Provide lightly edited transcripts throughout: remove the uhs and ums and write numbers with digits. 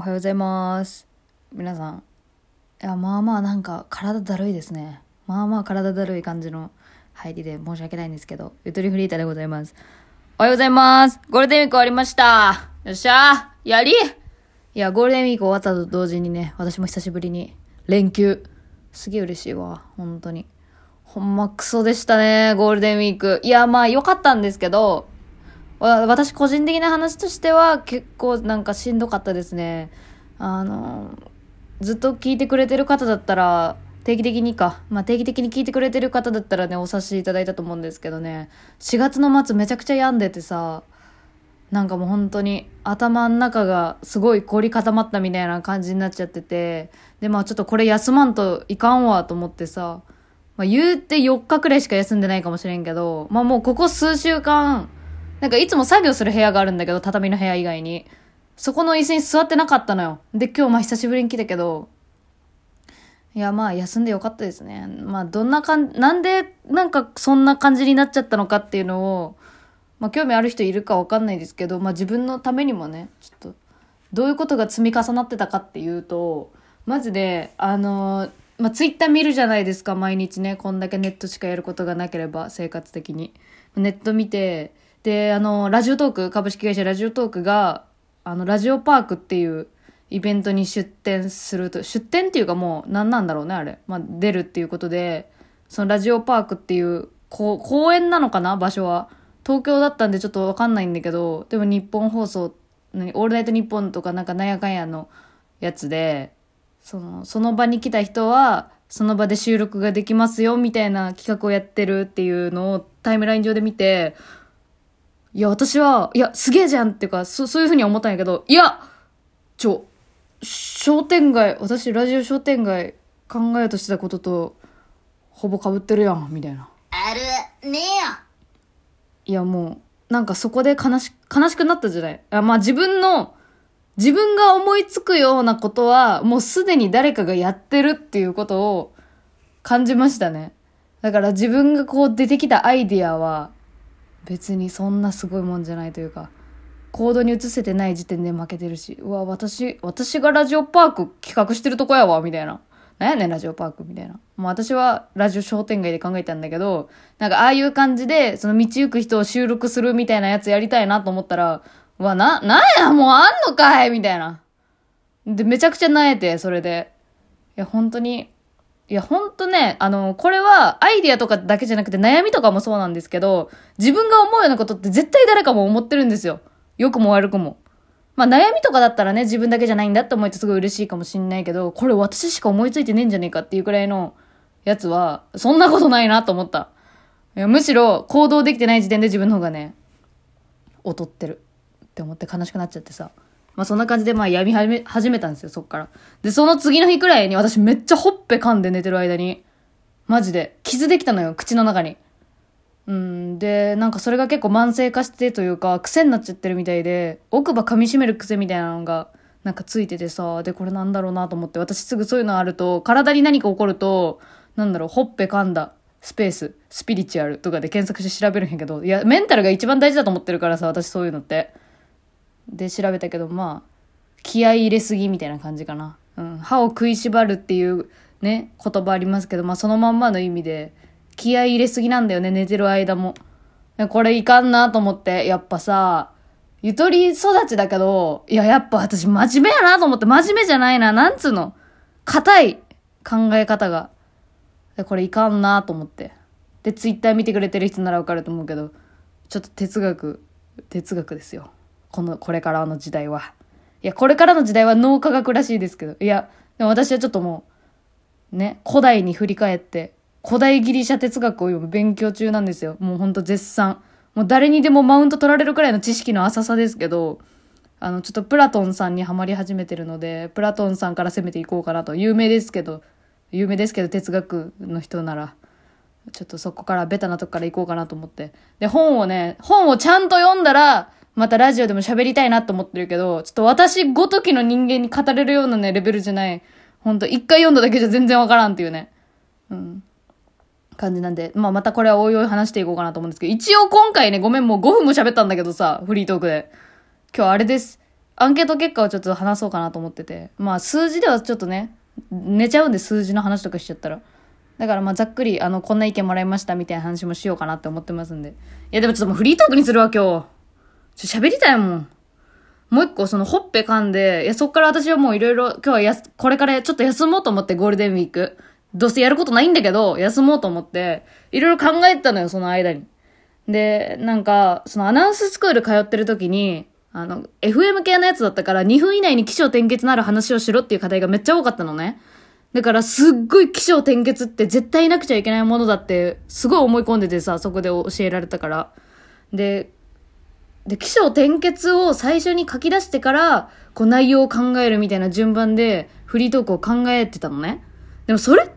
はようございます。皆さん。まあまあなんか体だるいですね。まあまあ体だるい感じの入りで申し訳ないんですけど、ゆとりフリーターでございます。おはようございます。ゴールデンウィーク終わりました。よっしゃーやりいや、ゴールデンウィーク終わったと同時にね、私も久しぶりに連休。すげえ嬉しいわ。本当に。ほんまクソでしたね、ゴールデンウィーク。いや、まあ良かったんですけど、私個人的な話としては結構なんかしんどかったですね。ずっと聞いてくれてる方だったら定期的に聞いてくれてる方だったらね、お察しいただいたと思うんですけどね、4月の末めちゃくちゃ病んでてさ、なんかもう本当に頭の中がすごい凝り固まったみたいな感じになっちゃってて、でまあちょっとこれ休まんといかんわと思ってさ、言うて4日くらいしか休んでないかもしれんけど、もうここ数週間なんかいつも作業する部屋があるんだけど、畳の部屋以外に。そこの椅子に座ってなかったのよ。で、今日久しぶりに来たけど、いや休んでよかったですね。なんでなんかそんな感じになっちゃったのかっていうのを、興味ある人いるかわかんないですけど、自分のためにもね、ちょっと、どういうことが積み重なってたかっていうと、マジで、ツイッター見るじゃないですか、毎日ね。こんだけネットしかやることがなければ、生活的に。ネット見て、で、ラジオトーク、株式会社ラジオトークが、ラジオパークっていうイベントに出展っていうかもう、何なんだろうね、あれ。出るっていうことで、そのラジオパークっていう、公園なのかな、場所は。東京だったんでちょっとわかんないんだけど、でも日本放送、オールナイトニッポンとかなんかなんやかんやのやつで、その場に来た人は、その場で収録ができますよ、みたいな企画をやってるっていうのをタイムライン上で見て、いや、私は、いや、すげえじゃんっていうか、そういうふうに思ったんやけど、いや、商店街、私、ラジオ商店街考えようとしてたことと、ほぼ被ってるやん、みたいな。 あるねえよ。 いや、もう、なんかそこで悲しくなったじゃない。自分が思いつくようなことは、もうすでに誰かがやってるっていうことを感じましたね。だから自分がこう出てきたアイディアは、別にそんなすごいもんじゃないというか、行動に移せてない時点で負けてるし、うわ、私がラジオパーク企画してるとこやわ、みたいな。なんやねん、ラジオパーク、みたいな。もう私はラジオ商店街で考えたんだけど、なんかああいう感じで、その道行く人を収録するみたいなやつやりたいなと思ったら、うわ、なんや、もうあんのかいみたいな。で、めちゃくちゃ萎えて、それで。いや、本当に、いや、ほんとね、これはアイディアとかだけじゃなくて悩みとかもそうなんですけど、自分が思うようなことって絶対誰かも思ってるんですよ。良くも悪くも。悩みとかだったらね、自分だけじゃないんだって思えてすごい嬉しいかもしんないけど、これ私しか思いついてねえんじゃねえかっていうくらいのやつは、そんなことないなと思った。いや、むしろ行動できてない時点で自分の方がね、劣ってるって思って悲しくなっちゃってさ。そんな感じで病み始めたんですよ、そっから。で、その次の日くらいに私めっちゃほっぺ噛んで寝てる間に、マジで、傷できたのよ、口の中に。で、なんかそれが結構慢性化してというか、癖になっちゃってるみたいで、奥歯噛み締める癖みたいなのが、なんかついててさ、で、これなんだろうなと思って、私すぐそういうのあると、体に何か起こると、ほっぺ噛んだ、スペース、スピリチュアルとかで検索して調べるんやけど、いや、メンタルが一番大事だと思ってるからさ、私そういうのって。で調べたけど気合い入れすぎみたいな感じかな。歯を食いしばるっていうね言葉ありますけど、そのまんまの意味で気合い入れすぎなんだよね、寝てる間も。これいかんなと思って、やっぱさ、ゆとり育ちだけど、いややっぱ私真面目やなと思って、真面目じゃないな、なんつうの、硬い考え方が、これいかんなと思って。でツイッター見てくれてる人ならわかると思うけど、ちょっと哲学ですよ、これからの時代は。いや、これからの時代は脳科学らしいですけど。いや、でも私はちょっともう、ね、古代に振り返って、古代ギリシャ哲学を今勉強中なんですよ。もうほんと絶賛。もう誰にでもマウント取られるくらいの知識の浅さですけど、ちょっとプラトンさんにハマり始めてるので、プラトンさんから攻めていこうかなと。有名ですけど哲学の人なら。ちょっとそこからベタなとこから行こうかなと思って。で、本をちゃんと読んだら、またラジオでも喋りたいなと思ってるけど、ちょっと私ごときの人間に語れるようなね、レベルじゃない。ほんと、一回読んだだけじゃ全然わからんっていうね。感じなんで、またこれはおいおい話していこうかなと思うんですけど、一応今回ね、ごめん、もう5分も喋ったんだけどさ、フリートークで。今日あれです。 アンケート結果をちょっと話そうかなと思ってて。まあ数字ではちょっとね、寝ちゃうんで数字の話とかしちゃったら。だからまあざっくりこんな意見もらいましたみたいな話もしようかなって思ってますんで。いやでもちょっともうフリートークにするわ今日。喋りたいもん。もう一個そのほっぺ噛んで、いやそっから私はもういろいろ今日はこれからちょっと休もうと思ってゴールデンウィーク。どうせやることないんだけど、休もうと思って、いろいろ考えてたのよ、その間に。で、なんか、そのアナウンススクール通ってる時に、FM 系のやつだったから2分以内に起承転結のある話をしろっていう課題がめっちゃ多かったのね。だからすっごい起承転結って絶対なくちゃいけないものだって、すごい思い込んでてさ、そこで教えられたから。で、起承転結を最初に書き出してから、こう内容を考えるみたいな順番でフリートークを考えてたのね。でもそれって、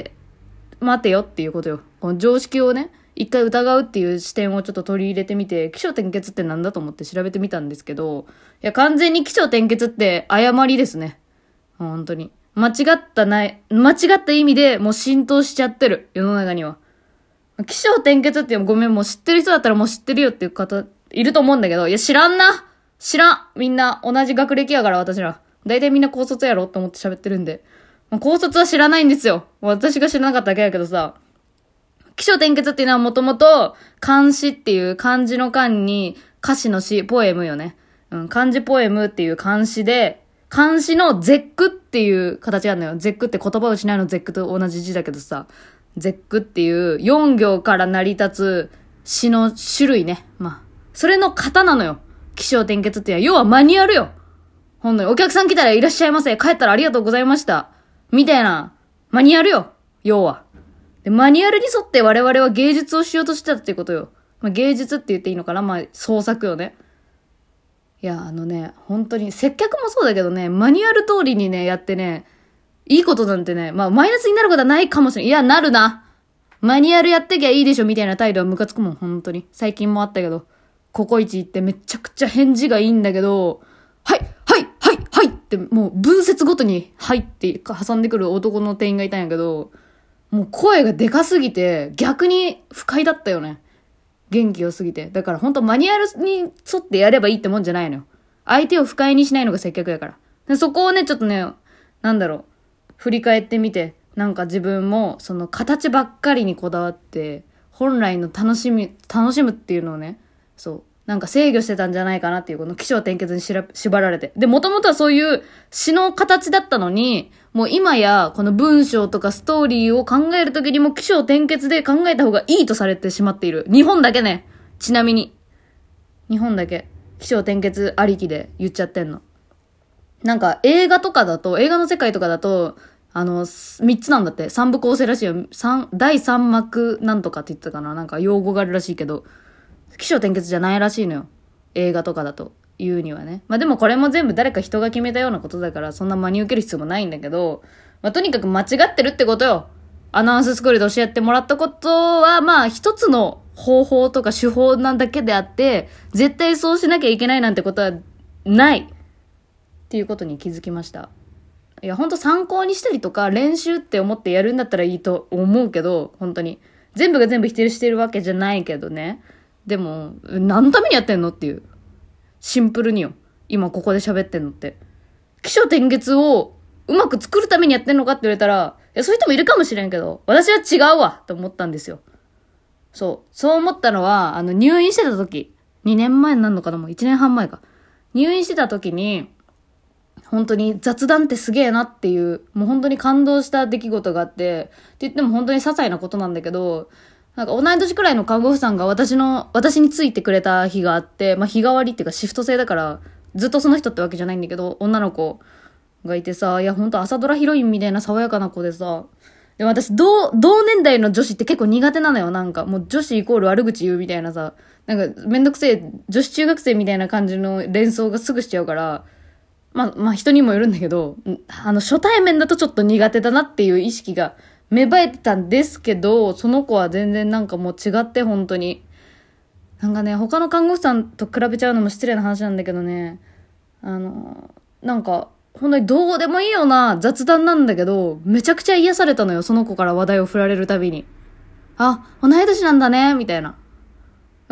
待てよっていうことよ。この常識をね、一回疑うっていう視点をちょっと取り入れてみて、起承転結ってなんだと思って調べてみたんですけど、いや完全に起承転結って誤りですね。本当に。間違った意味でもう浸透しちゃってる、世の中には。起承転結ってごめん、もう知ってる人だったらもう知ってるよっていう方いると思うんだけど、いや知らんな。知らん。みんな同じ学歴やから私ら。大体みんな高卒やろって思って喋ってるんで。高卒は知らないんですよ。私が知らなかっただけだけどさ。起承転結っていうのはもともと漢詩っていう漢字の漢に歌詞の詩、ポエムよね。漢字ポエムっていう漢詩で、漢詩の絶句っていう形があるのよ。絶句って言葉を失うの絶句と同じ字だけどさ。絶句っていう4行から成り立つ詩の種類ね。まあ、それの型なのよ。起承転結っていうのは、要はマニュアルよ。ほんとにお客さん来たらいらっしゃいませ。帰ったらありがとうございました。みたいな、マニュアルよ。要は。で、マニュアルに沿って我々は芸術をしようとしてたっていうことよ。まあ、芸術って言っていいのかな、まあ、創作よね。いや、本当に、接客もそうだけどね、マニュアル通りにね、やってね、いいことなんてね、まあ、マイナスになることはないかもしれない。いや、なるな。マニュアルやってきゃいいでしょ、みたいな態度はムカつくもん、本当に。最近もあったけど、ココイチ行ってめちゃくちゃ返事がいいんだけど、はいってもう文節ごとにはいって挟んでくる男の店員がいたんやけど、もう声がでかすぎて逆に不快だったよね。元気良すぎて。だから本当マニュアルに沿ってやればいいってもんじゃないのよ。相手を不快にしないのが接客やから。でそこをね、ちょっとね、振り返ってみて、なんか自分もその形ばっかりにこだわって、本来の楽しむっていうのをね、そう。なんか制御してたんじゃないかなっていう、この起承転結に縛られて。で、もともとはそういう詩の形だったのに、もう今やこの文章とかストーリーを考えるときにも起承転結で考えた方がいいとされてしまっている。日本だけね。ちなみに。日本だけ。起承転結ありきで言っちゃってんの。なんか映画の世界とかだと、3つなんだって。3部構成らしいよ。第3幕なんとかって言ってたかな。なんか用語があるらしいけど。起承転結じゃないらしいのよ。映画とかだと言うにはね。まあでもこれも全部誰か人が決めたようなことだからそんな真に受ける必要もないんだけど、まあとにかく間違ってるってことよ。アナウンススクールで教えてもらったことはまあ一つの方法とか手法なんだけであって、絶対そうしなきゃいけないなんてことはないっていうことに気づきました。いやほんと参考にしたりとか練習って思ってやるんだったらいいと思うけど、本当に全部が全部否定してるわけじゃないけどね。でも、何のためにやってんのっていう。シンプルによ。今ここで喋ってんのって。起承転結をうまく作るためにやってんのかって言われたら、いや、そういう人もいるかもしれんけど、私は違うわって思ったんですよ。そう思ったのは、入院してた時、2年前になるのかな、もう1年半前か。入院してた時に、本当に雑談ってすげえなっていう、もう本当に感動した出来事があって、って言っても本当に些細なことなんだけど、なんか同い年くらいの看護婦さんが私についてくれた日があって、まあ日替わりっていうかシフト制だから、ずっとその人ってわけじゃないんだけど、女の子がいてさ、いやほんと朝ドラヒロインみたいな爽やかな子でさ、でも私同年代の女子って結構苦手なのよ。なんかもう女子イコール悪口言うみたいなさ、なんかめんどくせえ女子中学生みたいな感じの連想がすぐしちゃうから、まあ人にもよるんだけど、初対面だとちょっと苦手だなっていう意識が芽生えてたんですけど、その子は全然なんかもう違って本当に。なんかね、他の看護婦さんと比べちゃうのも失礼な話なんだけどね、なんか、本当にどうでもいいような雑談なんだけど、めちゃくちゃ癒されたのよ、その子から話題を振られるたびに。あ、同い年なんだね、みたいな。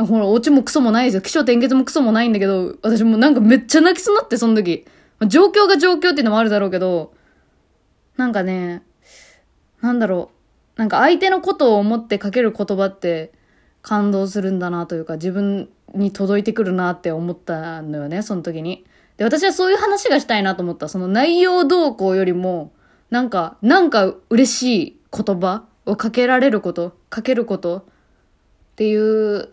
ほら、オチもクソもないですよ。起承転結もクソもないんだけど、私もなんかめっちゃ泣きそうになって、その時。状況が状況っていうのもあるだろうけど、なんかね、なんだろう。なんか相手のことを思ってかける言葉って感動するんだなというか、自分に届いてくるなって思ったのよね、その時に。で、私はそういう話がしたいなと思った。その内容動向よりも、なんか嬉しい言葉をかけられること、かけることっていう、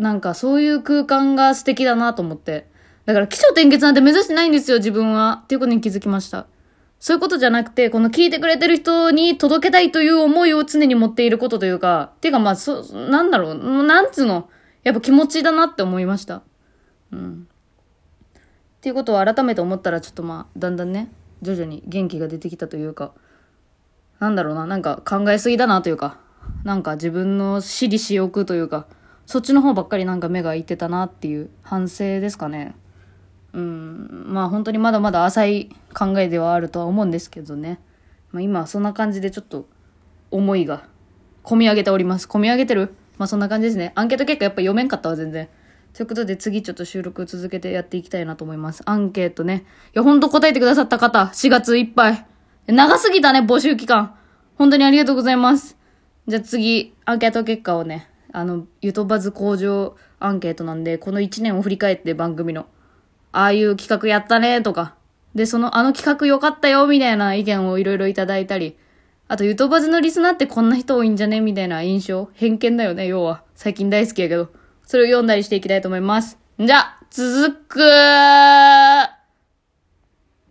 なんかそういう空間が素敵だなと思って。だから起承転結なんて目指してないんですよ、自分は。っていうことに気づきました。そういうことじゃなくて、この聞いてくれてる人に届けたいという思いを常に持っていることというか、っていうかまあ、なんだろう、なんつうの、やっぱ気持ちだなって思いました。うん。っていうことを改めて思ったら、ちょっとまあ、だんだんね、徐々に元気が出てきたというか、なんだろうな、なんか考えすぎだなというか、なんか自分の私利私欲というか、そっちの方ばっかりなんか目がいってたなっていう反省ですかね。まあ本当にまだまだ浅い考えではあるとは思うんですけどね。まあ今はそんな感じでちょっと思いが込み上げております。込み上げてる？まあそんな感じですね。アンケート結果やっぱ読めんかったわ、全然。ということで次ちょっと収録続けてやっていきたいなと思います。アンケートね。いや、ほんと答えてくださった方、4月いっぱい。長すぎたね、募集期間。本当にありがとうございます。じゃあ次、アンケート結果をね、ゆとばず向上アンケートなんで、この1年を振り返って番組の、ああいう企画やったねとか、で、あの企画良かったよみたいな意見をいろいろいただいたり、あと、ゆとばずのリスナーってこんな人多いんじゃねみたいな印象、偏見だよね、要は。最近大好きやけど。それを読んだりしていきたいと思います。じゃあ、続く